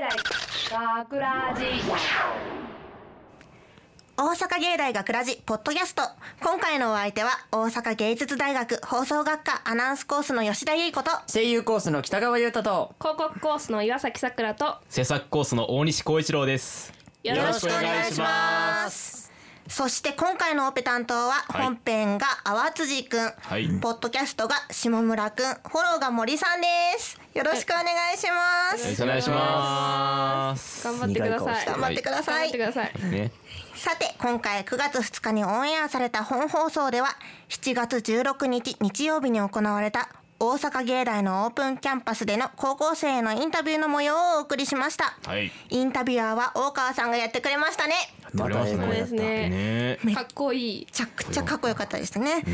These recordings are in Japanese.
大学ラジ大阪芸大学ラジポッドキャスト。今回のお相手は大阪芸術大学放送学科アナウンスコースの吉田優子と声優コースの北川優太と広告コースの岩崎さくらと制作コースの大西光一郎です。 よろしくお願いします。そして今回のオペ担当は本編が淡辻くん、 はい、 ポッドキャストが下村くん、フォローが森さんです。よろしくお願いします。 よろしくお願いします。 頑張ってください。 頑張ってください。 ね、 さて今回9月2日にオンエアされた本放送では7月16日日曜日に行われた大阪芸大のオープンキャンパスでの高校生へのインタビューの模様をお送りしました、 はい、 インタビュアーは大川さんがやってくれましたね。 また英語ですね。 ね、 かっこいい。 めちゃくちゃかっこよかったですね。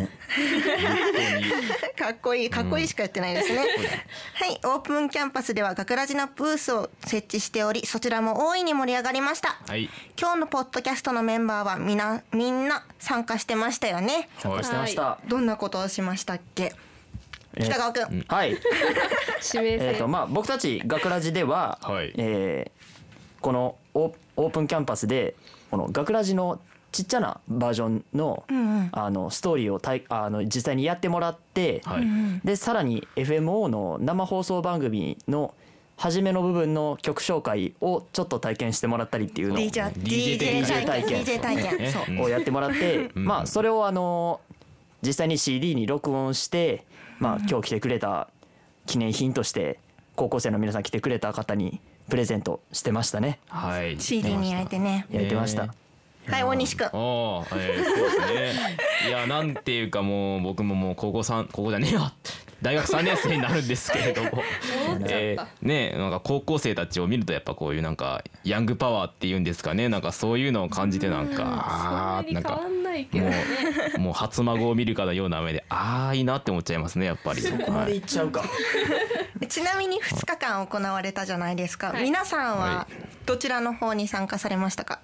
かっこいいしか言ってないですね。はい、オープンキャンパスでは学ラジのブースを設置しており、そちらも大いに盛り上がりました、 はい、 今日のポッドキャストのメンバーはみんな参加してましたよね。 参加してました、 どんなことをしましたっけ、北川くん。 はい指名制。 僕たち学ラジでは、 はい、 このオープンキャンパスでこの学ラジのちっちゃなバージョンの、ストーリーを実際にやってもらって、 はい、 でさらに FMO の生放送番組の初めの部分の曲紹介をちょっと体験してもらったりっていうのを DJ 体験そうをやってもらってそれを実際に CD に録音して今日来てくれた記念品として高校生の皆さん来てくれた方にプレゼントしてましたね。 はい、 CD に焼いてね、 焼いてました。 はい、大西くん。 そうですね。いや、なんていうかもう僕ももう高校じゃねえよ。大学3年生になるんですけれどもね、なんか高校生たちを見るとやっぱこういうなんかヤングパワーっていうんですかね、なんかそういうのを感じてなんかそんなに変わんないけどね。 もう初孫を見るかのような目でいいなって思っちゃいますね、やっぱり。 そこまでいっちゃうか。 ちなみに2日間行われたじゃないですか、はい、皆さんはどちらの方に参加されましたか。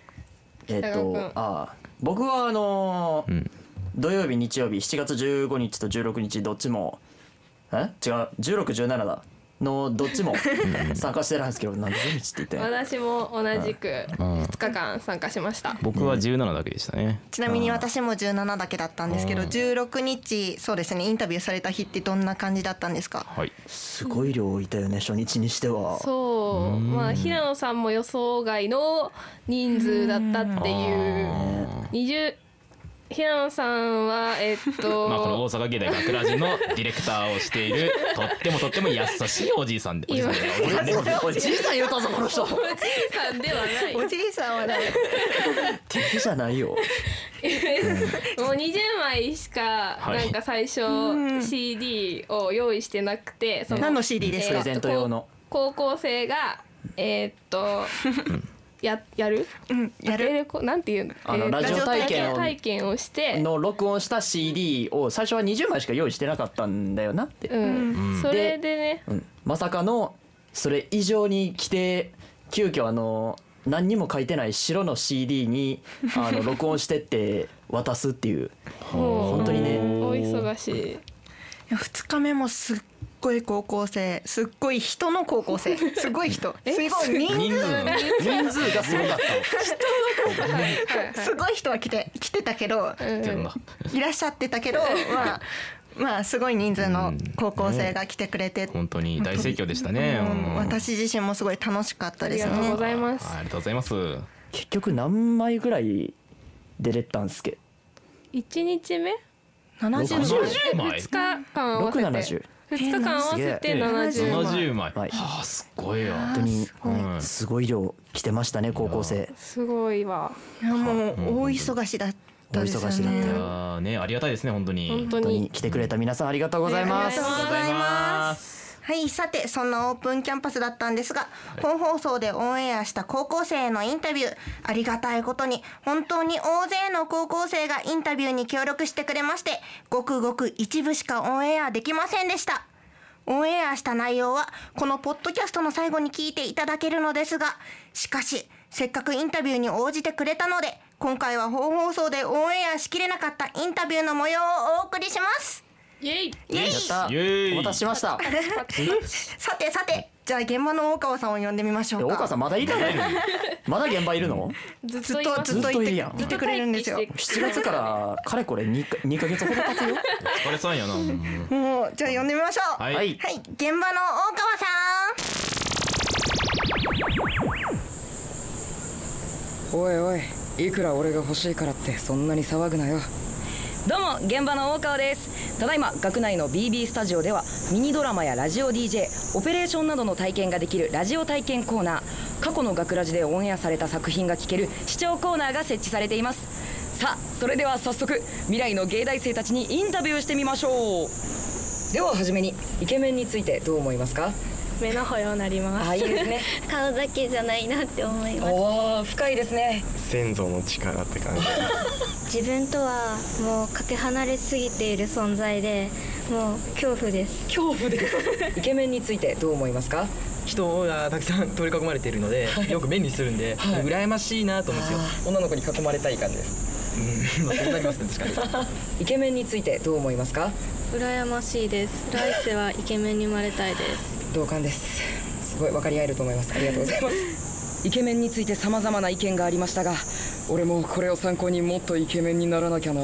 僕は土曜日日曜日7月15日と16日どっちも違う1617だのどっちも参加してるんですけど、なんで土日って言って。 私も同じく2日間参加しました。 僕は17だけでしたね。 ちなみに私も17だけだったんですけど、16日そうですね、インタビューされた日ってどんな感じだったんですか。 はい、 すごい量いたよね、初日にしては。 そう、平野さんも予想外の人数だったっていう平野さんはこの大阪芸大学ラジのディレクターをしているとっても優しいおじいさんで。おじいさん言うたぞこの人。 おじいさんではない。 おじいさんはない。 敵じゃないよ。 もう20枚しかなんか最初 CD を用意してなくて、 何の CD ですか。 プレゼント用の。 高校生がやるなんていうの、 ラジオ体験をしての録音した CD を最初は20枚しか用意してなかったんだよなって、 それでね、 まさかのそれ以上に来て急遽何にも書いてない白の CD に録音してって渡すっていう本当にねお忙しい。 2日目もすっごい高校生、すっごい人の高校生、すごい人、すごい人数がすごかった。 すごい人は来てたけど、いらっしゃってたけど、まあすごい人数の高校生が来てくれて、 本当に大盛況でしたね。 私自身もすごい楽しかったですね。 ありがとうございます。 ありがとうございます。 結局何枚ぐらい出れたんすけ。 1日目 70 枚。 2日間合わせて2日間合わせて 70枚。すごいよ。 本当にすごい量来てましたね、高校生。 すごいわ。 もう大忙しだったですよね。 ありがたいですね、本当に。 本当に来てくれた皆さんありがとうございます。 ありがとうございます。はい、さてそんなオープンキャンパスだったんですが、本放送でオンエアした高校生へのインタビュー、ありがたいことに本当に大勢の高校生がインタビューに協力してくれまして、ごく一部しかオンエアできませんでした。オンエアした内容はこのポッドキャストの最後に聞いていただけるのですが、しかしせっかくインタビューに応じてくれたので、今回は本放送でオンエアしきれなかったインタビューの模様をお送りします。 イエイやった、お待たせしました。 さてじゃあ現場の大川さんを呼んでみましょうか。 大川さんまだいるの？まだ現場いるの？ ずっずっといますといてずっといるやんいてくれるんですよ。 7月からかれこれ 2ヶ月ほど経つよ。 お疲れさんやな。 もうじゃあ呼んでみましょう。 はいはい、現場の大川さん。 おいおい、いくら俺が欲しいからってそんなに騒ぐなよ。どうも、現場の大川です。ただいま学内の BB スタジオではミニドラマやラジオ DJ、 オペレーションなどの体験ができるラジオ体験コーナー、過去の学ラジでオンエアされた作品が聞ける視聴コーナーが設置されています。さあ、それでは早速未来の芸大生たちにインタビューしてみましょう。では初めにイケメンについてどう思いますか？ 目の保養になります。 あ、いいですね。 顔だけじゃないなって思います。 おー、深いですね。 先祖の力って感じ。 自分とはもうかけ離れすぎている存在で、もう恐怖です。 恐怖です。イケメンについてどう思いますか？ 人がたくさん取り囲まれているので、よく目にするんで、羨ましいなと思うんですよ。 女の子に囲まれたい感じです。 まあそうなりますね、確かに。 イケメンについてどう思いますか？ 羨ましいです。来世はイケメンに生まれたいです。 同感です。すごい分かり合えると思います。ありがとうございます。イケメンについて様々な意見がありましたが、俺もこれを参考にもっとイケメンにならなきゃな。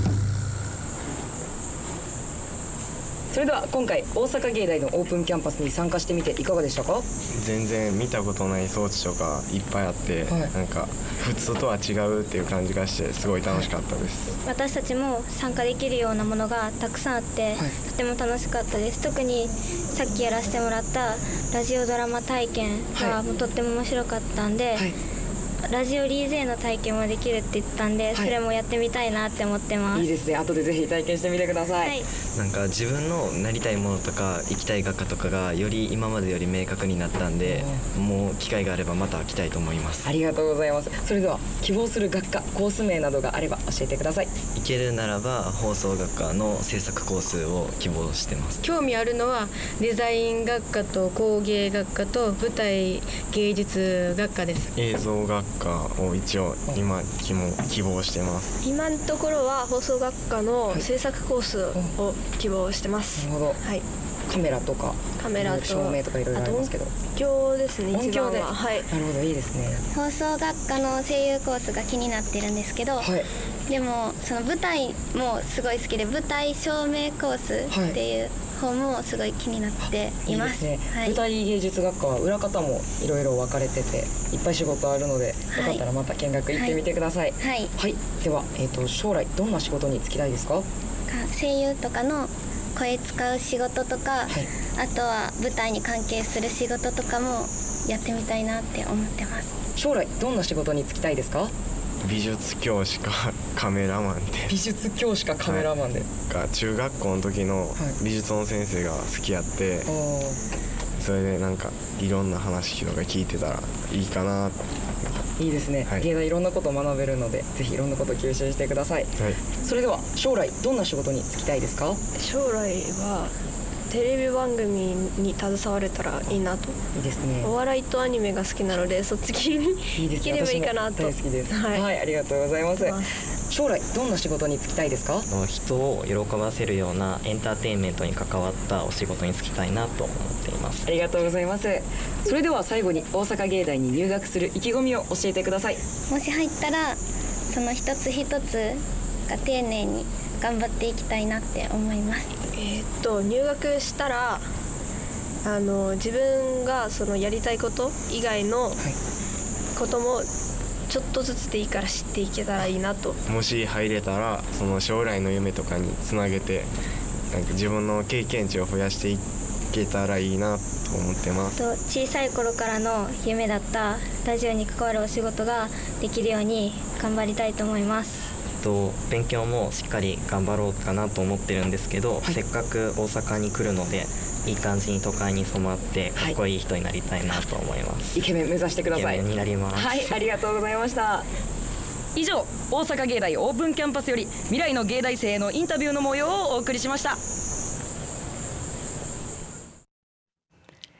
それでは今回大阪芸大のオープンキャンパスに参加してみていかがでしたか？ 全然見たことない装置とかいっぱいあって、なんか普通とは違うっていう感じがしてすごい楽しかったです。 私たちも参加できるようなものがたくさんあって、とても楽しかったです。特にさっきやらせてもらったラジオドラマ体験がもうとっても面白かったんで、ラジオリーゼの体験もできるって言ったんで、それもやってみたいなって思ってます。 いいですね。後でぜひ体験してみてください。 なんか自分のなりたいものとか行きたい学科とかがより今までより明確になったんで、もう機会があればまた来たいと思います。 ありがとうございます。それでは希望する学科コース名などがあれば教えてください。 行けるならば放送学科の制作コースを希望してます。 興味あるのはデザイン学科と工芸学科と舞台芸術学科です。 映像学科を一応今希望してます。 今のところは放送学科の制作コースを希望してます。 なるほど。 はい。 カメラとか照明とかいろいろありますけど、 音響ですね。 音響で、 はい。 なるほど、いいですね。 放送学科の声優コースが気になってるんですけど、でもその舞台もすごい好きで、舞台照明コースっていう方もすごい気になっています。 いいですね。舞台芸術学科は裏方もいろいろ分かれてていっぱい仕事あるので、よかったらまた見学行ってみてください。 はい。 はい。では、将来どんな仕事に就きたいですか？ 声優とかの声使う仕事とか、あとは舞台に関係する仕事とかもやってみたいなって思ってます。 将来どんな仕事に就きたいですか？ 美術教師かカメラマンで。 美術教師かカメラマンで。 中学校の時の美術の先生が好きやって、それでなんかいろんな話とか聞いてたらいいかなって。 いいですね。芸大いろんなことを学べるので、ぜひいろんなことを吸収してください。それでは将来どんな仕事に就きたいですか？ 将来はテレビ番組に携われたらいいなと。 いいですね。 お笑いとアニメが好きなので、そっち系に生きればいいかなと。 大好きです。はい、ありがとうございます。将来どんな仕事に就きたいですか？ 人を喜ばせるようなエンターテインメントに関わったお仕事に就きたいなと思っています。 ありがとうございます。それでは最後に大阪芸大に入学する意気込みを教えてください。 もし入ったらその一つ一つが丁寧に頑張っていきたいなって思います。 入学したら自分がそのやりたいこと以外のこともちょっとずつでいいから知っていけたらいいなと。 もし入れたらその将来の夢とかにつなげて、なんか自分の経験値を増やしていけたらいいなと思ってます。 小さい頃からの夢だったラジオに関わるお仕事ができるように頑張りたいと思います。 勉強もしっかり頑張ろうかなと思ってるんですけど、せっかく大阪に来るのでいい感じに都会に染まってかっこいい人になりたいなと思います。 イケメン目指してください。 イケメンになります。 はい、ありがとうございました。以上、大阪芸大オープンキャンパスより未来の芸大生へのインタビューの模様をお送りしました。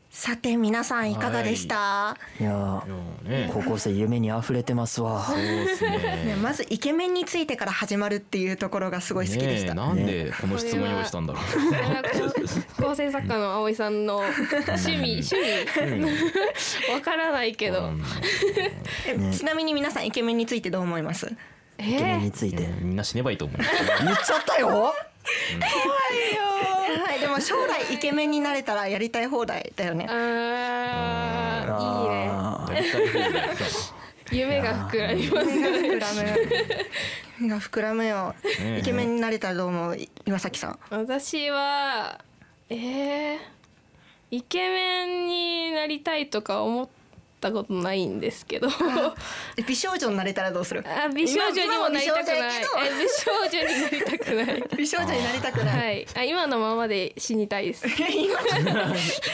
さて皆さんいかがでした？ いや高校生夢にあふれてますわ。 そうですね。 まずイケメンについてから始まるっていうところがすごい好きでした。 なんでこの質問用意したんだろう。 構成作家の葵さんの趣味わからないけど、 ちなみに皆さんイケメンについてどう思います？ イケメンについてみんな死ねばいいと思う。 言っちゃったよ。怖いよ。 はい、でも将来イケメンになれたらやりたい放題だよね。 いいね。夢が膨らみますね。 夢が膨らむよ。イケメンになれたらどう思う？岩崎さん。 私はイケメンになりたいとか思ったことないんですけど。 美少女になれたらどうする？ 美少女にもなりたくない。美少女になりたくない。 美少女になりたくない。 はい。今のままで死にたいです。 そんな。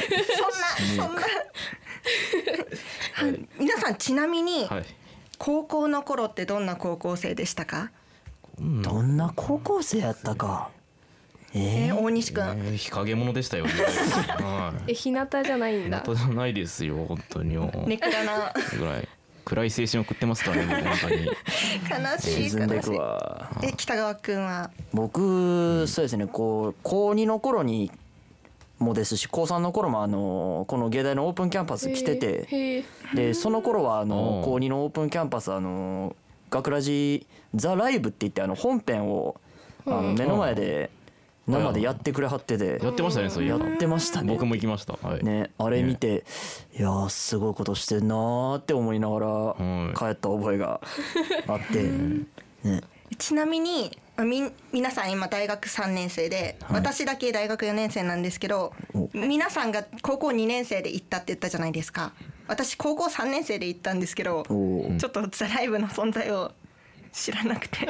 皆さんちなみに高校の頃ってどんな高校生でしたか？ どんな高校生やったか。 大西くん。 日陰者でしたよ。 日向じゃないんだ。 日向じゃないですよ本当に。 ネクラな。 ぐらい暗い青春を送ってますからね本当に。 悲しい。北川くんは？ 僕そうですね。高2の頃にもですし高3の頃もこの芸大のオープンキャンパス来てて、でその頃は高2のオープンキャンパス学ラジザライブって言って本編を目の前で生でやってくれはってて、 やってましたね。そういうやってましたね。 僕も行きました。 ね、あれ見ていやすごいことしてんなーって思いながら帰った覚えがあってね。 ちなみに皆さん今大学3年生で、私だけ大学4年生なんですけど、皆さんが高校2年生で行ったって言ったじゃないですか。私高校3年生で行ったんですけど、ちょっとザライブの存在を知らなくて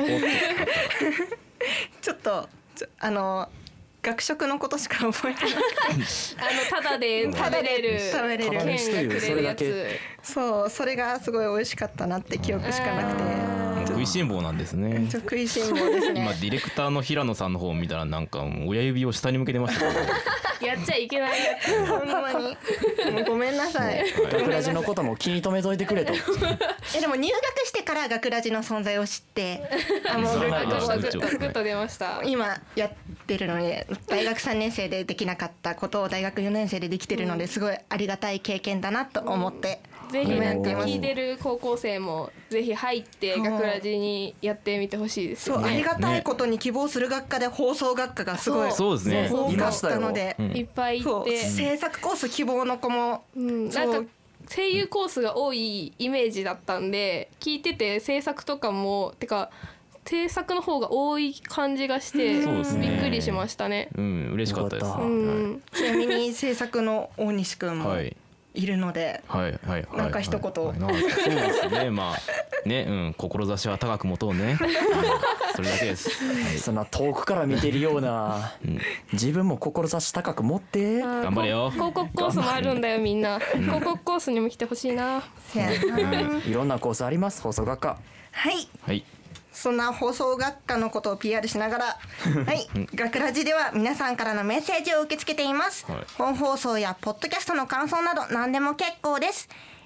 ちょっと学食のことしか覚えてなくてただで食べれる券がくれるやつ。 そう、それがすごい美味しかったなって記憶しかなくて。 食いしん坊なんですね。 食いしん坊ですね。 今ディレクターの平野さんの方を見たらなんか親指を下に向けてましたけど。 やっちゃいけないやつ。 ほんまにもうごめんなさい。 学ラジのことも気に留めといてくれと。 でも入学してから学ラジの存在を知って、 もうグッと出ました。 今やってるので、大学3年生でできなかったことを大学4年生でできてるので、すごいありがたい経験だなと思って。 ぜひ聞いてる高校生もぜひ入って学ラジにやってみてほしいですよね。 そう、ありがたいことに希望する学科で放送学科がすごいそうですね。 多かったので、 いっぱい行って制作コース希望の子も、 なんか声優コースが多いイメージだったんで、聞いてて制作とかも制作の方が多い感じがしてびっくりしましたね。 嬉しかったです。 ちなみに制作の大西くんもいるので、なんか一言。 そうですね。まあね、志は高く持とうね。それだけです。 そんな遠くから見てるような、自分も志高く持って。 頑張れよ。 広告コースもあるんだよみんな。広告コースにも来てほしいな。 いろんなコースあります。放送学科。 はい。そんな放送学科のことを PR しながら、はい、学ラジでは皆さんからのメッセージを受け付けています。本放送やポッドキャストの感想など何でも結構です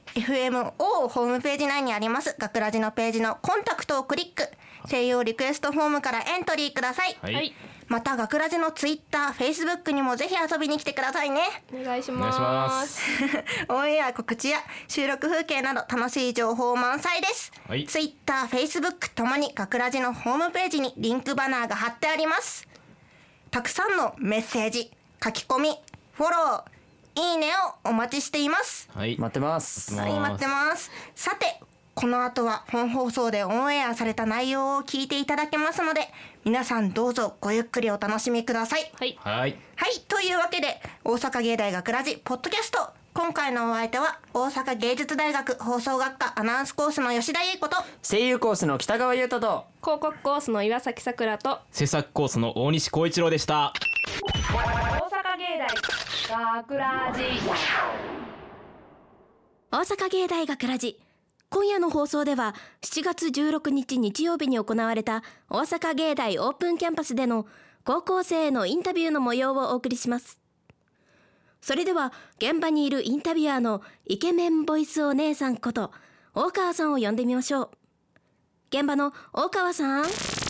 。FMO ホームページ内にあります学ラジのページのコンタクトをクリック、声優リクエストフォームからエントリーください。また学ラジのツイッター、フェイスブックにもぜひ遊びに来てくださいね。 お願いします。 オンエア告知や収録風景など楽しい情報満載です。ツイッター、フェイスブックともに学ラジのホームページにリンクバナーが貼ってあります。たくさんのメッセージ、書き込み、フォロー、いいねをお待ちしています。 待ってます。 待ってます。さて、この後は本放送でオンエアされた内容を聞いていただけますので、皆さんどうぞごゆっくりお楽しみください。 はい。 というわけで、大阪芸大学ラジポッドキャスト、今回のお相手は大阪芸術大学放送学科アナウンスコースの吉田優子と、 声優コースの北川優太と、 広告コースの岩崎さくらと、 制作コースの大西光一郎でした。 大阪芸大学ラジ。 大阪芸大学ラジ、今夜の放送では7月16日日曜日に行われた大阪芸大オープンキャンパスでの高校生へのインタビューの模様をお送りします。 それでは現場にいるインタビュアーのイケメンボイスお姉さんこと大川さんを呼んでみましょう。現場の大川さん。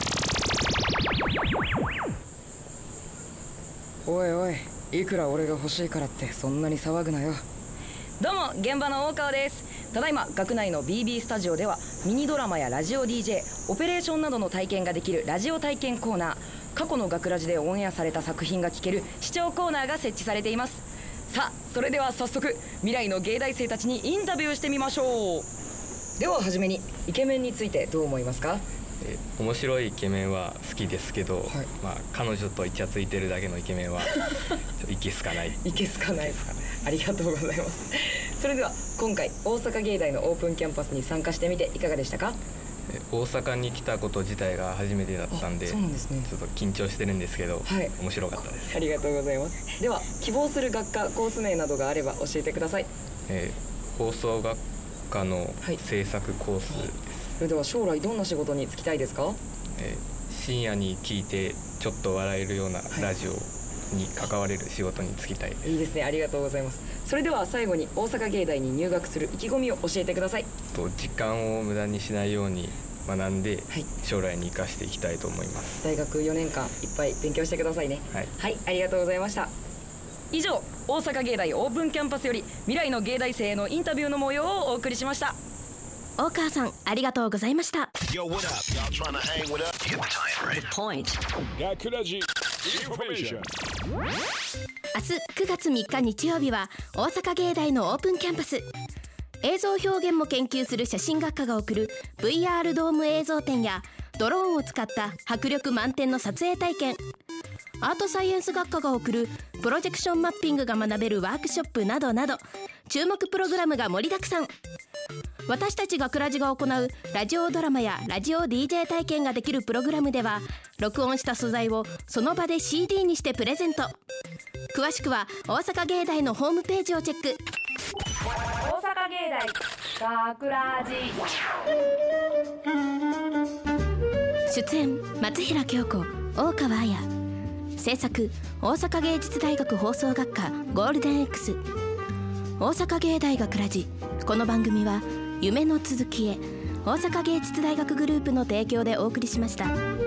おいおい、いくら俺が欲しいからってそんなに騒ぐなよ。どうも、現場の大川です。ただいま学内の BB スタジオではミニドラマやラジオ DJ、 オペレーションなどの体験ができるラジオ体験コーナー、過去の学ラジでオンエアされた作品が聴ける視聴コーナーが設置されています。さあ、それでは早速未来の芸大生たちにインタビューしてみましょう。では初めにイケメンについてどう思いますか？ 面白いイケメンは好きですけど、まあ彼女とイチャついてるだけのイケメンはいけすかない。 いけすかない。ありがとうございます。それでは今回大阪芸大のオープンキャンパスに参加してみていかがでしたか？ 大阪に来たこと自体が初めてだったんで、 そうなんですね。 ちょっと緊張してるんですけど、面白かったです。 ありがとうございます。では希望する学科コース名などがあれば教えてください。 放送学科の制作コースです。 それでは将来どんな仕事に就きたいですか？ 深夜に聞いてちょっと笑えるようなラジオに関われる仕事に就きたいです。 いいですね、ありがとうございます。それでは最後に大阪芸大に入学する意気込みを教えてください。 時間を無駄にしないように学んで、将来に生かしていきたいと思います。 大学4年間いっぱい勉強してくださいね。はい、ありがとうございました。以上、大阪芸大オープンキャンパスより未来の芸大生へのインタビューの模様をお送りしました。 大川さん、ありがとうございました。 Yo, what up? Y'all trying to hang with us? Get the point. 学ラジインフォメーション。 明日9月3日日曜日は大阪芸大のオープンキャンパス。映像表現も研究する写真学科が送る VR ドーム映像展やドローンを使った迫力満点の撮影体験、アートサイエンス学科が送るプロジェクションマッピングが学べるワークショップなどなど、注目プログラムが盛りだくさん。私たち学ラジが行うラジオドラマやラジオ DJ 体験ができるプログラムでは、録音した素材をその場で CD にしてプレゼント。詳しくは大阪芸大のホームページをチェック。 大阪芸大学ラジ。 出演松平京子、大川彩。制作大阪芸術大学放送学科ゴールデン X。 大阪芸大学ラジ。この番組は夢の続きへ大阪芸術大学グループの提供でお送りしました。